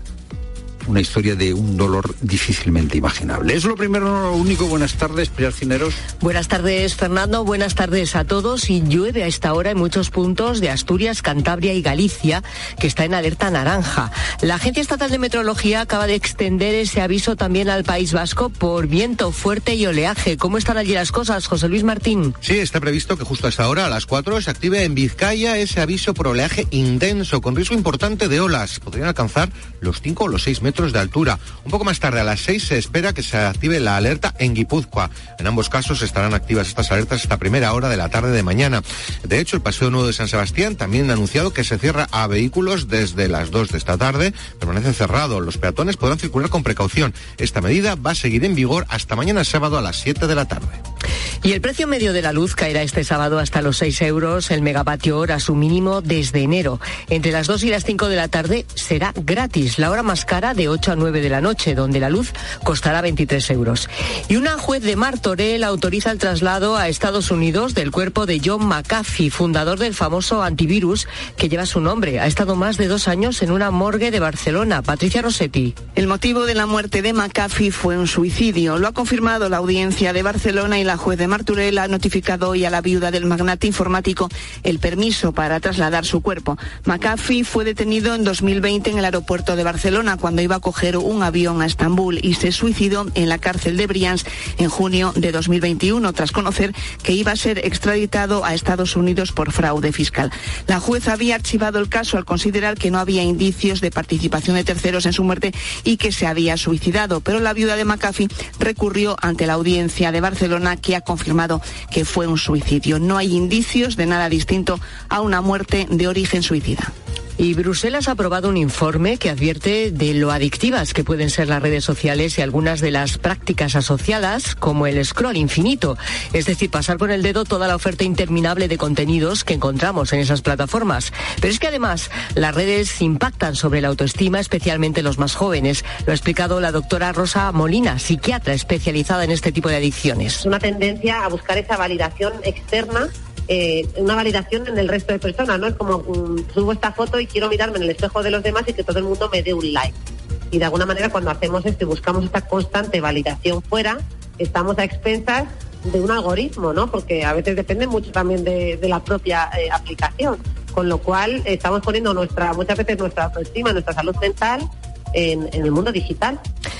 una historia de un dolor difícilmente imaginable. Es lo primero, no lo único. Buenas tardes, Pilar Cineros. Buenas tardes, Fernando. Buenas tardes a todos. Y llueve a esta hora en muchos puntos de Asturias, Cantabria y Galicia, que está en alerta naranja. La Agencia Estatal de Meteorología acaba de extender ese aviso también al País Vasco por viento fuerte y oleaje. ¿Cómo están allí las cosas, José Luis Martín? Sí, está previsto que justo a esta hora, a las cuatro, se active en Vizcaya ese aviso por oleaje intenso, con riesgo importante de olas. Podrían alcanzar los cinco o los seis metros de altura. Un poco más tarde, a las seis, se espera que se active la alerta en Guipúzcoa. En ambos casos estarán activas estas alertas hasta primera hora de la tarde de mañana. De hecho, el Paseo Nuevo de San Sebastián también ha anunciado que se cierra a vehículos desde las dos de esta tarde. Permanece cerrado. Los peatones podrán circular con precaución. Esta medida va a seguir en vigor hasta mañana sábado a las siete de la tarde. Y el precio medio de la luz caerá este sábado hasta los seis euros el megavatio hora, su mínimo desde enero. Entre las dos y las cinco de la tarde será gratis, la hora más cara de ocho a nueve de la noche, donde la luz costará veintitrés euros. Y una juez de Martorell autoriza el traslado a Estados Unidos del cuerpo de John McAfee, fundador del famoso antivirus que lleva su nombre. Ha estado más de dos años en una morgue de Barcelona. Patricia Rossetti. El motivo de la muerte de McAfee fue un suicidio. Lo ha confirmado la audiencia de Barcelona y la juez de Martorell ha notificado hoy a la viuda del magnate informático el permiso para trasladar su cuerpo. McAfee fue detenido en dos mil veinte en el aeropuerto de Barcelona cuando iba a coger un avión a Estambul y se suicidó en la cárcel de Brians en junio de dos mil veintiuno tras conocer que iba a ser extraditado a Estados Unidos por fraude fiscal. La juez había archivado el caso al considerar que no había indicios de participación de terceros en su muerte y que se había suicidado, pero la viuda de McAfee recurrió ante la audiencia de Barcelona, que ha confirmado que fue un suicidio. No hay indicios de nada distinto a una muerte de origen suicida. Y Bruselas ha aprobado un informe que advierte de lo adictivas que pueden ser las redes sociales y algunas de las prácticas asociadas, como el scroll infinito, es decir, pasar con el dedo toda la oferta interminable de contenidos que encontramos en esas plataformas. Pero es que además las redes impactan sobre la autoestima, especialmente los más jóvenes. Lo ha explicado la doctora Rosa Molina, psiquiatra especializada en este tipo de adicciones. Una tendencia a buscar esa validación externa, Eh, una validación en el resto de personas, ¿no? Es como um, subo esta foto y quiero mirarme en el espejo de los demás y que todo el mundo me dé un like. Y de alguna manera cuando hacemos esto y buscamos esta constante validación fuera, estamos a expensas de un algoritmo, ¿no? Porque a veces depende mucho también de, de la propia eh, aplicación. Con lo cual eh, estamos poniendo nuestra, muchas veces nuestra autoestima, nuestra salud mental en, en el mundo digital.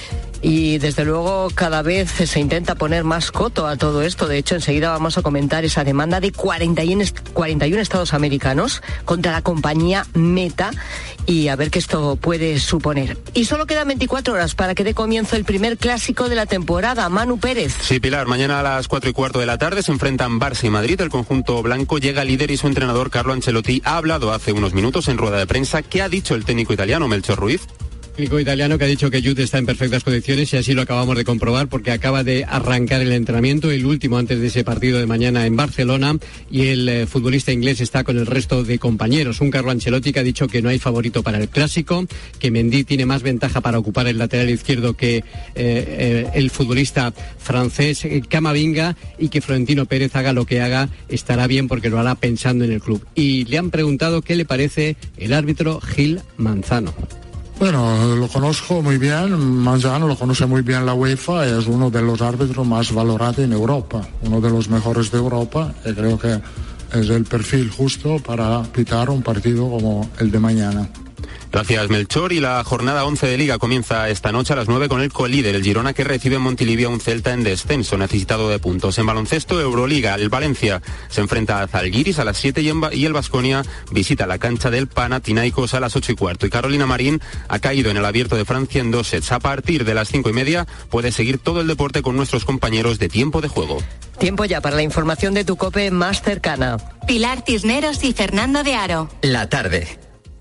Y desde luego cada vez se intenta poner más coto a todo esto. De hecho, enseguida vamos a comentar esa demanda de cuarenta y uno estados americanos contra la compañía Meta y a ver qué esto puede suponer. Y solo quedan veinticuatro horas para que dé comienzo el primer clásico de la temporada. Manu Pérez. Sí, Pilar, mañana a las cuatro y cuarto de la tarde se enfrentan Barça y Madrid. El conjunto blanco llega líder y su entrenador Carlo Ancelotti ha hablado hace unos minutos en rueda de prensa. ¿Qué ha dicho el técnico italiano Melchor Ruiz? técnico italiano que ha dicho que Jude está en perfectas condiciones y así lo acabamos de comprobar porque acaba de arrancar el entrenamiento, el último antes de ese partido de mañana en Barcelona, y el eh, futbolista inglés está con el resto de compañeros. Un Carlo Ancelotti que ha dicho que no hay favorito para el Clásico, que Mendy tiene más ventaja para ocupar el lateral izquierdo que eh, eh, el futbolista francés eh, Camavinga, y que Florentino Pérez haga lo que haga, estará bien porque lo hará pensando en el club. Y le han preguntado qué le parece el árbitro Gil Manzano. Bueno, lo conozco muy bien, Manzano lo conoce muy bien la UEFA, es uno de los árbitros más valorados en Europa, uno de los mejores de Europa, y creo que es el perfil justo para pitar un partido como el de mañana. Gracias, Melchor. Y la jornada once de Liga comienza esta noche a las nueve con el colíder, el Girona, que recibe en Montilivi a un Celta en descenso, necesitado de puntos. En baloncesto, Euroliga, el Valencia se enfrenta a Zalgiris a las siete y el Baskonia visita la cancha del Panathinaikos a las ocho y cuarto. Y Carolina Marín ha caído en el Abierto de Francia en dos sets. A partir de las cinco y media puedes seguir todo el deporte con nuestros compañeros de Tiempo de Juego. Tiempo ya para la información de tu COPE más cercana. Pilar Cisneros y Fernando de Aro. La tarde.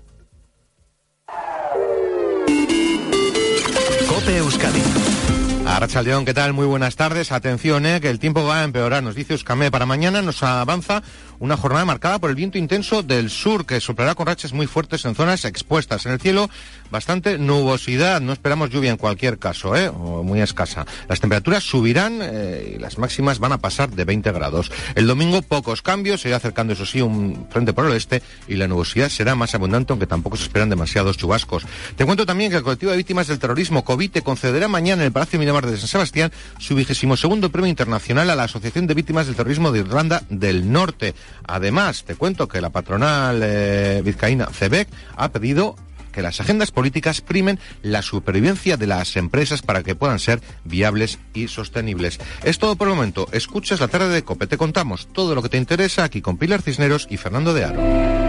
COPE Euskadi. Arratsaldeón, ¿qué tal? Muy buenas tardes. Atención, eh, que el tiempo va a empeorar. Nos dice Euskalmet, para mañana nos avanza una jornada marcada por el viento intenso del sur, que soplará con rachas muy fuertes en zonas expuestas. En el cielo, bastante nubosidad. No esperamos lluvia en cualquier caso, ¿eh? O muy escasa. Las temperaturas subirán eh, y las máximas van a pasar de veinte grados. El domingo, pocos cambios. Se irá acercando, eso sí, un frente por el oeste y la nubosidad será más abundante, aunque tampoco se esperan demasiados chubascos. Te cuento también que el colectivo de víctimas del terrorismo Covite concederá mañana en el Palacio Miramar de San Sebastián su vigésimo segundo premio internacional a la Asociación de Víctimas del Terrorismo de Irlanda del Norte. Además, te cuento que la patronal eh, vizcaína C E B E C ha pedido que las agendas políticas primen la supervivencia de las empresas para que puedan ser viables y sostenibles. Es todo por el momento. Escuchas la tarde de COPE. Te contamos todo lo que te interesa aquí con Pilar Cisneros y Fernando de Aro.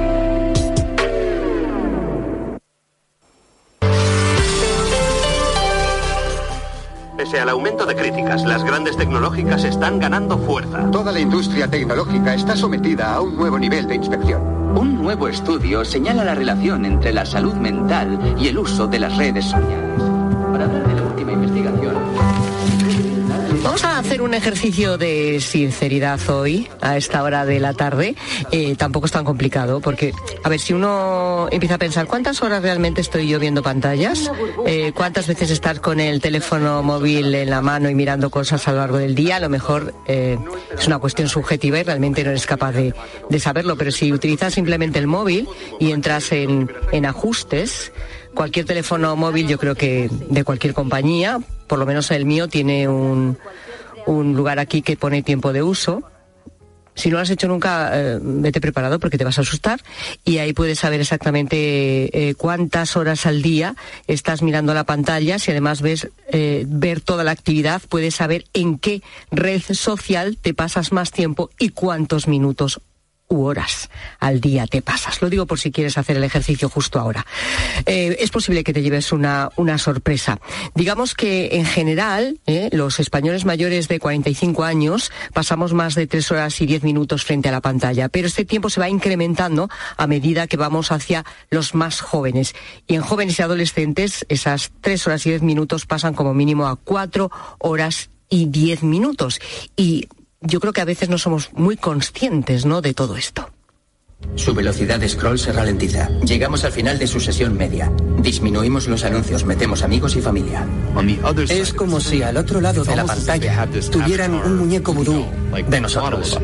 Pese al aumento de críticas, las grandes tecnológicas están ganando fuerza. Toda la industria tecnológica está sometida a un nuevo nivel de inspección. Un nuevo estudio señala la relación entre la salud mental y el uso de las redes sociales. Para hablar de la última investigación... Vamos a hacer un ejercicio de sinceridad hoy, a esta hora de la tarde. Eh, tampoco es tan complicado, porque, a ver, si uno empieza a pensar, ¿cuántas horas realmente estoy yo viendo pantallas? Eh, ¿Cuántas veces estás con el teléfono móvil en la mano y mirando cosas a lo largo del día? A lo mejor eh, es una cuestión subjetiva y realmente no eres capaz de, de saberlo, pero si utilizas simplemente el móvil y entras en, en ajustes, cualquier teléfono móvil, yo creo que de cualquier compañía, por lo menos el mío, tiene un, un lugar aquí que pone tiempo de uso. Si no lo has hecho nunca, eh, vete preparado porque te vas a asustar, y ahí puedes saber exactamente eh, cuántas horas al día estás mirando la pantalla. Si además ves eh, ver toda la actividad, puedes saber en qué red social te pasas más tiempo y cuántos minutos u horas al día te pasas. Lo digo por si quieres hacer el ejercicio justo ahora. Eh, es posible que te lleves una, una sorpresa. Digamos que en general, eh, los españoles mayores de cuarenta y cinco años pasamos más de tres horas y diez minutos frente a la pantalla, pero este tiempo se va incrementando a medida que vamos hacia los más jóvenes. Y en jóvenes y adolescentes, esas tres horas y diez minutos pasan como mínimo a cuatro horas y diez minutos. Y yo creo que a veces no somos muy conscientes, ¿no?, de todo esto. Su velocidad de scroll se ralentiza. Llegamos al final de su sesión media. Disminuimos los anuncios, metemos amigos y familia. Es como si al otro lado de la pantalla tuvieran un muñeco vudú de nosotros.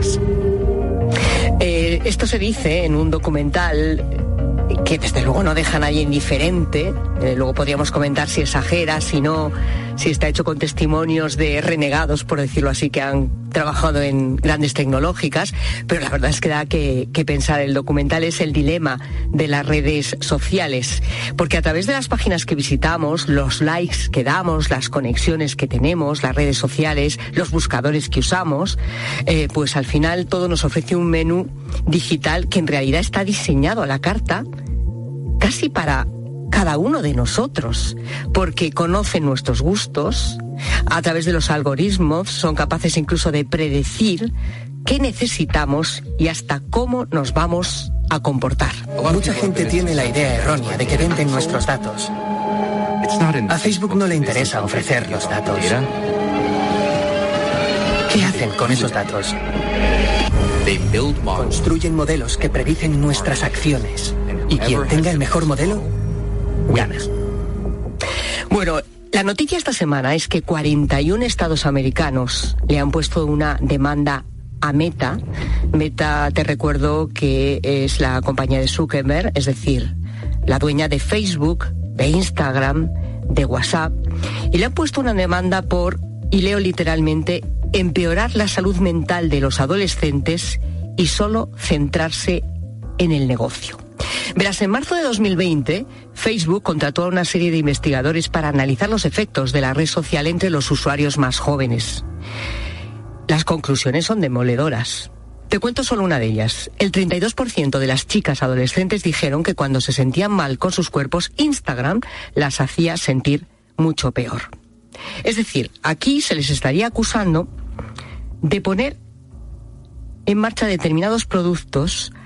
Eh, esto se dice en un documental que desde luego no deja a nadie indiferente. Eh, luego podríamos comentar si exagera, si no, si está hecho con testimonios de renegados, por decirlo así, que han trabajado en grandes tecnológicas, pero la verdad es que da que, que pensar. El documental es el dilema de las redes sociales, porque a través de las páginas que visitamos, los likes que damos, las conexiones que tenemos, las redes sociales, los buscadores que usamos, eh, pues al final todo nos ofrece un menú digital que en realidad está diseñado a la carta casi para cada uno de nosotros, porque conocen nuestros gustos. A través de los algoritmos son capaces incluso de predecir qué necesitamos y hasta cómo nos vamos a comportar. Mucha gente tiene la idea errónea de que venden nuestros datos. A Facebook no le interesa ofrecer los datos. ¿Qué hacen con esos datos? Construyen modelos que predicen nuestras acciones. Y quien tenga el mejor modelo, gana. Bueno, la noticia esta semana es que cuarenta y uno estados americanos le han puesto una demanda a Meta. Meta, te recuerdo que es la compañía de Zuckerberg, es decir, la dueña de Facebook, de Instagram, de WhatsApp, y le han puesto una demanda por, y leo literalmente, empeorar la salud mental de los adolescentes y solo centrarse en el negocio. Verás, en marzo de dos mil veinte, Facebook contrató a una serie de investigadores para analizar los efectos de la red social entre los usuarios más jóvenes. Las conclusiones son demoledoras. Te cuento solo una de ellas. El treinta y dos por ciento de las chicas adolescentes dijeron que cuando se sentían mal con sus cuerpos, Instagram las hacía sentir mucho peor. Es decir, aquí se les estaría acusando de poner en marcha determinados productos